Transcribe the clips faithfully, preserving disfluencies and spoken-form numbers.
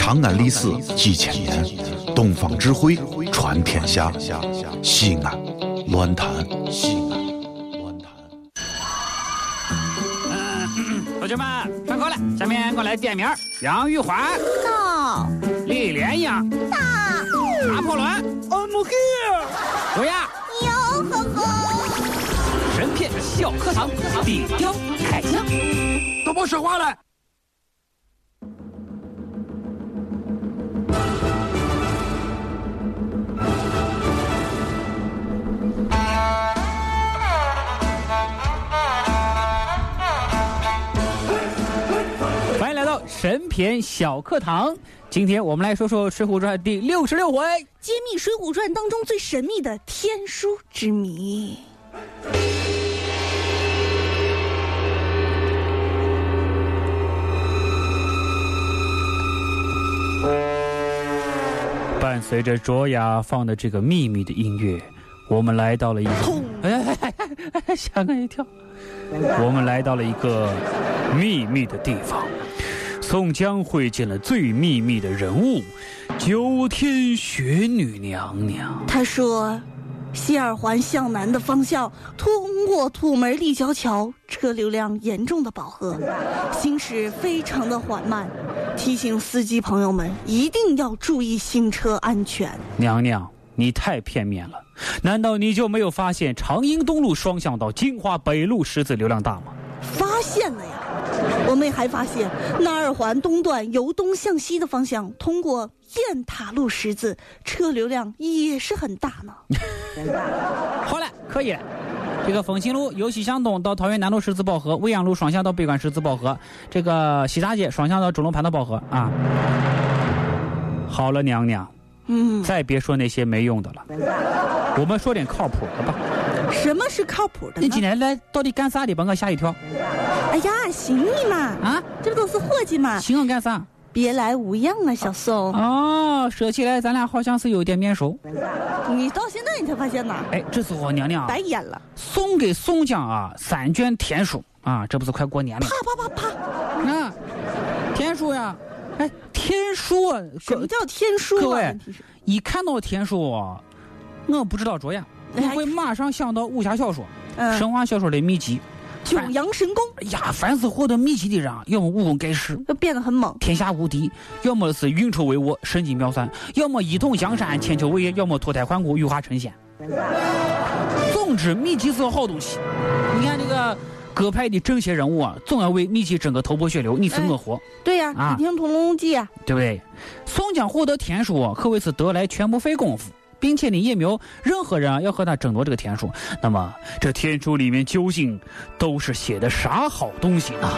长安历史几千年，东方智慧传天下。西安乱谈西安乱谈。 嗯，同学们上课了，下面我来点名：杨玉环到， 李莲英到， 拿破仑 I'm here， 卓雅哟呵呵， 神片小课堂，底雕开箱， 都别说话了。 欢迎来到神篇小课堂。今天我们来说说《水浒传》第六十六回， 揭秘《水浒传》当中最神秘的天书之谜。 伴随着卓雅放的这个秘密的音乐，我们来到了一个，哎哎哎哎，吓我一跳！我们来到了一个秘密的地方。宋江会见了最秘密的人物——九天玄女娘娘。 他说，西二环向南的方向，通过土门立交桥，车流量严重的饱和，行驶非常的缓慢，提醒司机朋友们一定要注意行车安全。 娘娘，你太片面了，难道你就没有发现长阴东路双向道、金华北路十字流量大吗？ 发现了呀，我们还发现那二环东段由东向西的方向，通过雁塔路十字，车流量也是很大呢。 好了，可以了。这个丰兴路由西向东到桃园南路十字饱和，未央路双向到北关十字饱和，这个西大街双向到中龙盘道饱和啊。好了，娘娘， 嗯， 再别说那些没用的了，我们说点靠谱的吧。 什么是靠谱的呢？ 你今天来到底干啥的？把我吓一跳。 哎呀，行你嘛啊， 这不都是伙计嘛？ 行我干啥？ 别来无恙啊，小宋。 哦，说起来咱俩好像是有点面熟。 你到现在你才发现呐？ 哎，这时候娘娘白眼了， 送给宋江啊三卷天书啊，这不是快过年了？ 啪啪啪啪！ 啊，天书呀，哎，天书啊， 什么叫天书啊？ 各位，一看到天书啊，我不知道卓雅，我会马上想到武侠小说、嗯、神话小说的秘籍。 九阳神功， 哎呀，凡是获得秘籍的人，要么武功盖世， 变得很猛， 天下无敌；要么是运筹帷幄，神机妙算；要么一统江山，千秋伟业；要么脱胎换骨，羽化成仙。总之，秘籍是个好东西。你看这个各派的正邪人物啊，总要为秘籍争个头破血流，你死我活。 哎、对呀、啊，倚天屠龙记啊， 对不对？宋江获得天书啊，可谓是得来全不费功夫。并且呢，也没有任何人要和他争夺这个天书。那么，这天书里面究竟都是写的啥好东西呢？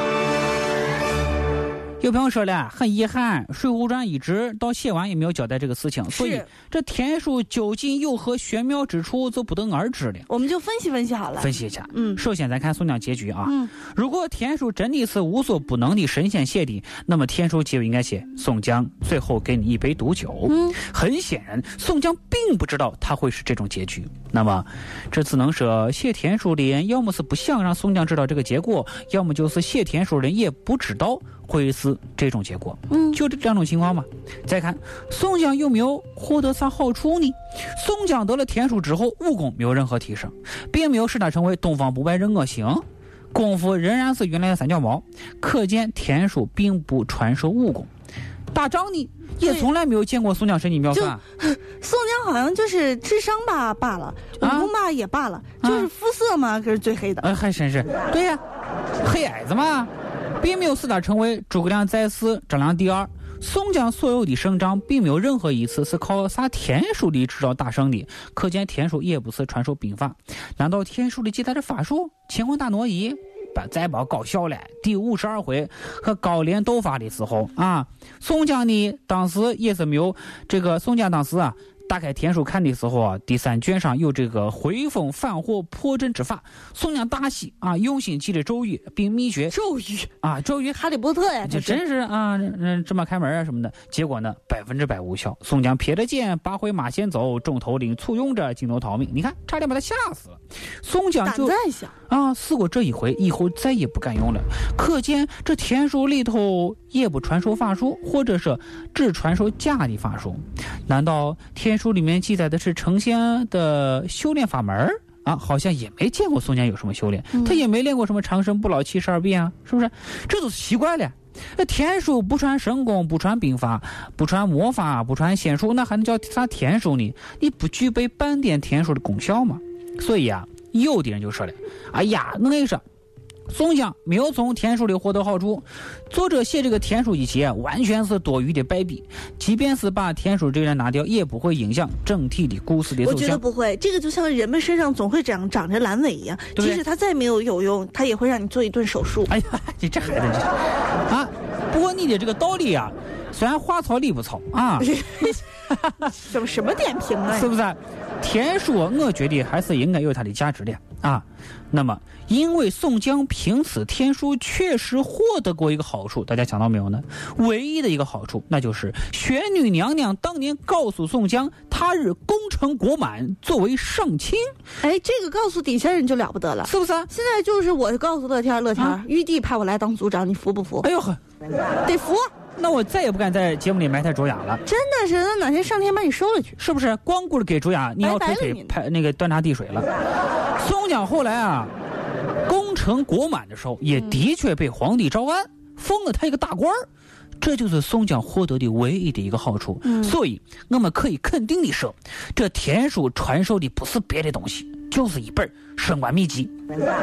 有朋友说了，很遗憾，《水浒传》一直到写完也没有交代这个事情，所以这天书究竟有何玄妙之处，就不得而知了。 我们就分析分析好了。 分析一下。 嗯， 首先咱看宋江结局啊。 嗯， 如果天书真的是无所不能的神仙写的，那么天书结尾应该写宋江最后给你一杯毒酒。 嗯， 很显然，宋江并不知道他会是这种结局。那么，这只能说写天书的人要么是不想让宋江知道这个结果，要么就是写天书的人也不知道会是这种结果。 嗯， 就这两种情况嘛。再看宋江有没有获得啥好处呢？宋江得了天书之后，武功没有任何提升，并没有使他成为东方不败人恶行，功夫仍然是原来的三脚猫，可见天书并不传授武功。打仗呢，也从来没有见过宋江神机妙算。 宋江好像就是智商吧罢了，武功吧也罢了，啊、就是肤色嘛，可是最黑的。 呃，还真是，对呀、啊，黑矮子嘛，并没有使他成为诸葛亮在世，张良第二。宋江所有的胜仗，并没有任何一次是靠啥天书里知道大胜的，可见天书也不是传授兵法。难道天书里记载着法术？乾坤大挪移？把再把搞笑了。第五十二回和高廉斗法的时候啊，宋江呢当时也是没有这个，宋江当时啊打开天书看的时候啊，第三卷上有这个回风反火破阵之法，宋江大喜啊，用心记着咒语并秘诀。 咒语啊，咒语哈利波特呀， 这真是啊，嗯，芝麻开门啊什么的。结果呢，百分之百无效。宋江撇着剑，拔回马先走，众头领簇拥着镜头逃命。你看，差点把他吓死了。 宋江就胆子小啊试过这一回，以后再也不敢用了。可见这天书里头也不传授法术，或者是只传授假的法术。难道天书里面记载的是成仙的修炼法门啊？好像也没见过宋江有什么修炼，他也没练过什么长生不老七十二变啊，是不是？这都是奇怪了。那天书不传神功，不传兵法，不传魔法，不传仙术，那还能叫啥天书呢？你不具备半点天书的功效吗？所以啊，有的人就说了，哎呀，我跟你说，宋江没有从天书里获得好处，作者写这个天书一节完全是多余的败笔，即便是把天书这个人拿掉，也不会影响整体的故事的走向。 我觉得不会，这个就像人们身上总会长长着阑尾一样， 对即使它再没有有用，它也会让你做一顿手术。 哎呀，你这孩子这啊！不过你的这个道理啊，虽然话糙理不糙啊， 什么什么点评啊？ 是不是？天书我觉得还是应该有它的价值的啊。那么，因为宋江凭此天书确实获得过一个好处，大家想到没有呢？唯一的一个好处，那就是玄女娘娘当年告诉宋江，他日功成国满，作为上卿。 哎，这个告诉底下人就了不得了， 是不是？ 现在就是我告诉乐天，乐天， 啊、 玉帝派我来当组长，你服不服？ 哎呦呵， 得服。 那我再也不敢在节目里埋汰卓雅了。 真的是，那哪天上天把你收了去？ 是不是？光顾着给卓雅你要腿腿拍那个端茶递水了。宋江后来啊，功成国满的时候，也的确被皇帝招安，封了他一个大官儿。这就是宋江获得的唯一的一个好处。嗯、所以我们可以肯定的说，这天书传授的不是别的东西，就是一本升官秘籍。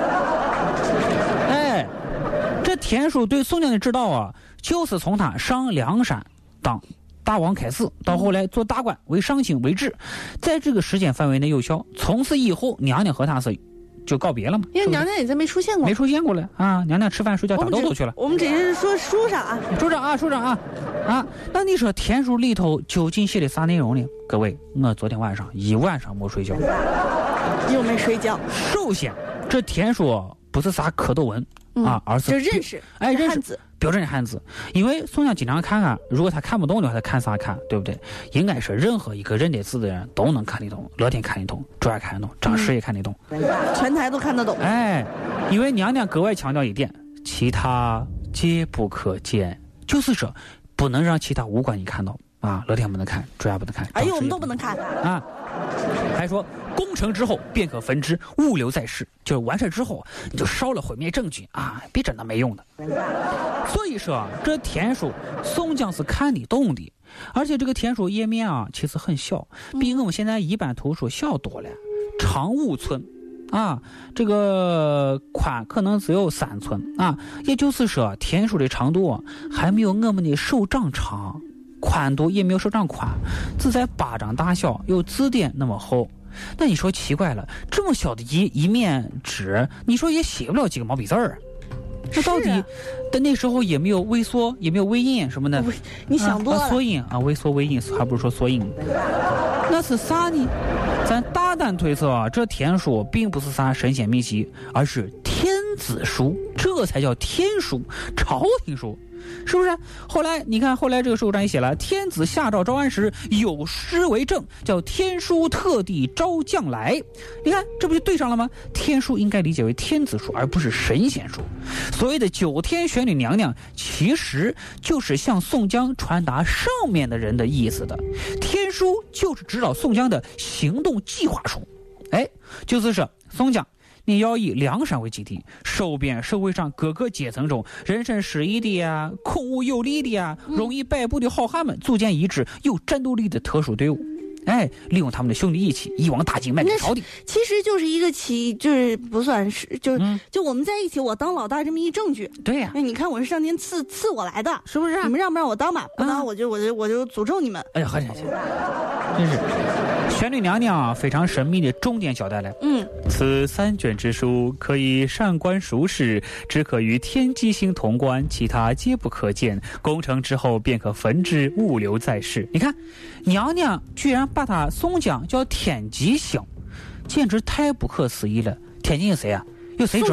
哎，这天书对宋江的指导啊，就是从他上梁山当大王开始，到后来做大官为上卿为止，在这个时间范围内有效。从此以后，娘娘和他是就告别了嘛， 因为娘娘也再没出现过， 没出现过了啊！娘娘吃饭睡觉打豆豆去了。 我们只是说书上啊， 书上啊，书上啊啊！那你说天书里头究竟写的啥内容呢？各位，我昨天晚上一晚上没睡觉， 又没睡觉。 首先，这天书不是啥蝌蚪文、嗯、啊，而是就认识， 哎，认识汉字。 标准的汉字，因为宋江经常看啊，如果他看不懂的话，他看啥看，对不对？应该是任何一个认得字的人都能看得懂，乐天看得懂，卓雅看得懂，张氏也看得懂、 嗯，全台都看得懂。 哎，因为娘娘格外强调一点，其他皆不可见，就是说不能让其他武官你看到啊，乐天不能看，卓雅不能看， 哎呦，我们都不能看啊。还说攻城之后便可焚之，物留在世，就是完事之后你就烧了毁灭证据啊，别整那没用的。所以说这天书宋江是看得懂的，而且这个天书页面啊其实很小，比我们现在一般图书小多了，长五寸啊，这个宽可能只有三寸啊，也就是说天书的长度还没有我们的手掌长，宽度也没有手掌宽，只在巴掌大小，有字典那么厚。那你说奇怪了，这么小的一一面纸，你说也写不了几个毛笔字儿。那到底，但、啊、那时候也没有微缩，也没有微印什么的。 你想多了。 啊、缩印啊，微缩微印，还不如说缩印。那是啥呢？咱大胆推测啊，这天书并不是啥神仙秘籍，而是天子书，这才叫天书，朝廷书。是不是？后来你看，后来这个书上也写了，天子下诏招安时，有诗为证，叫天书特地招将来。你看，这不就对上了吗？天书应该理解为天子书，而不是神仙书。所谓的九天玄女娘娘，其实就是向宋江传达上面的人的意思的。天书就是指导宋江的行动计划书。哎，就是说宋江，你要以梁山为基地，收编社会上各个阶层中人身失意的呀、空无有力的呀、容易摆布的好汉们，组建一支有战斗力的特殊队伍。哎，利用他们的兄弟义气，一网打尽，卖给朝廷。 其实就是一个起，就是不算是，就是、嗯、就我们在一起，我当老大这么一证据。 对呀、 啊，你看我是上天赐赐我来的， 是不是、啊？ 你们让不让我当吧？不当我就、啊、我就我就诅咒你们。 哎呀，好行行，真是。玄女娘娘啊，非常神秘的重点交代了。嗯，此三卷之书可以上官熟识，只可与天机星同观，其他皆不可见。攻城之后便可焚之，物留在世。你看，娘娘居然把他宋江叫天机星，简直太不可思议了。天机是谁啊？有谁知道？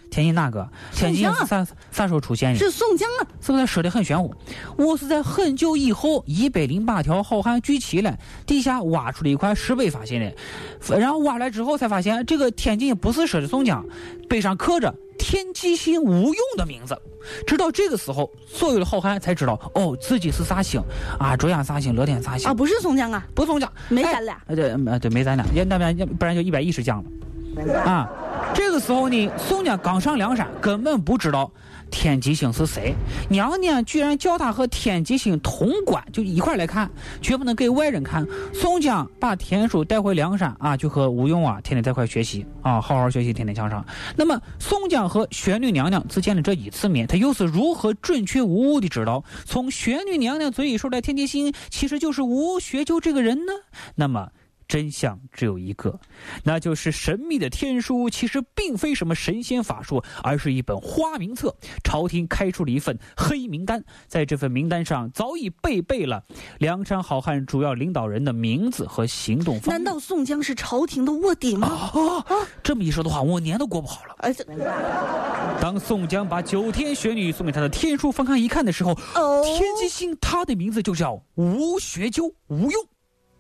天津哪个？天津是啥啥时候出现的？ 是宋江啊！ 是不是说的很玄乎？我是在很久以后，一百零八条好汉聚齐了，地下挖出了一块石碑发现的，然后挖来之后才发现，这个天津不是说的宋江，碑上刻着天机星吴用的名字。直到这个时候，所有的好汉才知道，哦，自己是啥星啊？卓阳啥星，乐天啥星啊？不是宋江啊， 不是宋江， 没咱俩。 哎、对，对，没咱俩，要不然不然就一百一十将了啊。这个时候呢，宋江刚上梁山，根本不知道天机星是谁，娘娘居然叫他和天机星同观，就一块来看，绝不能给外人看。宋江把天书带回梁山啊，就和吴用啊天天在一块学习啊，好好学习，天天向上。那么宋江和玄女娘娘只见了这一次面，他又是如何准确无误的知道从玄女娘娘嘴里说的天机星其实就是吴学究这个人呢？那么真相只有一个，那就是神秘的天书其实并非什么神仙法术，而是一本花名册。朝廷开出了一份黑名单，在这份名单上早已背背了梁山好汉主要领导人的名字和行动方式。 难道宋江是朝廷的卧底吗？ 啊啊、这么一说的话，我年都过不好了。 哎，这当宋江把九天玄女送给他的天书翻开一看的时候， 哦， 天机星他的名字就叫吴学究，吴用。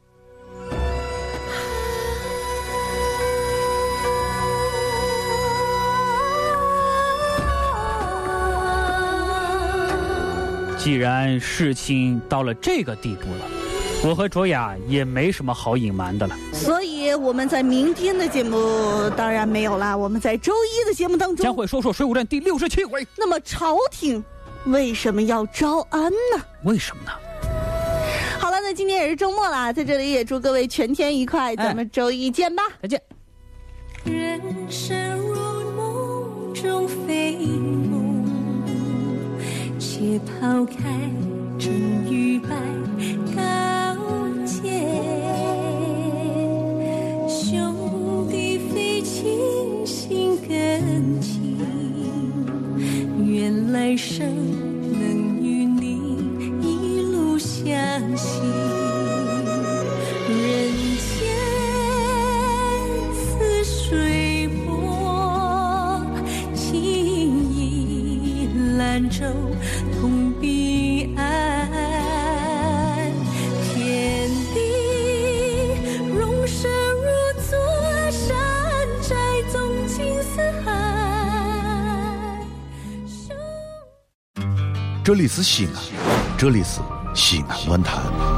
既然事情到了这个地步了，我和卓雅也没什么好隐瞒的了。 所以我们在明天的节目当然没有啦，我们在周一的节目当中将会说说《水浒传》第六十七回。 那么朝廷为什么要招安呢？ 为什么呢？ 好了，那今天也是周末啦，在这里也祝各位全天愉快，咱们周一见吧， 再见。 人生如梦中飞梦，且抛开真与白高洁，兄弟非亲心更亲，愿来生能与你一路相行。人间似水波，情意兰舟同彼岸，天地容身如座山寨，纵情四海。 这里是西安，这里是西安论坛。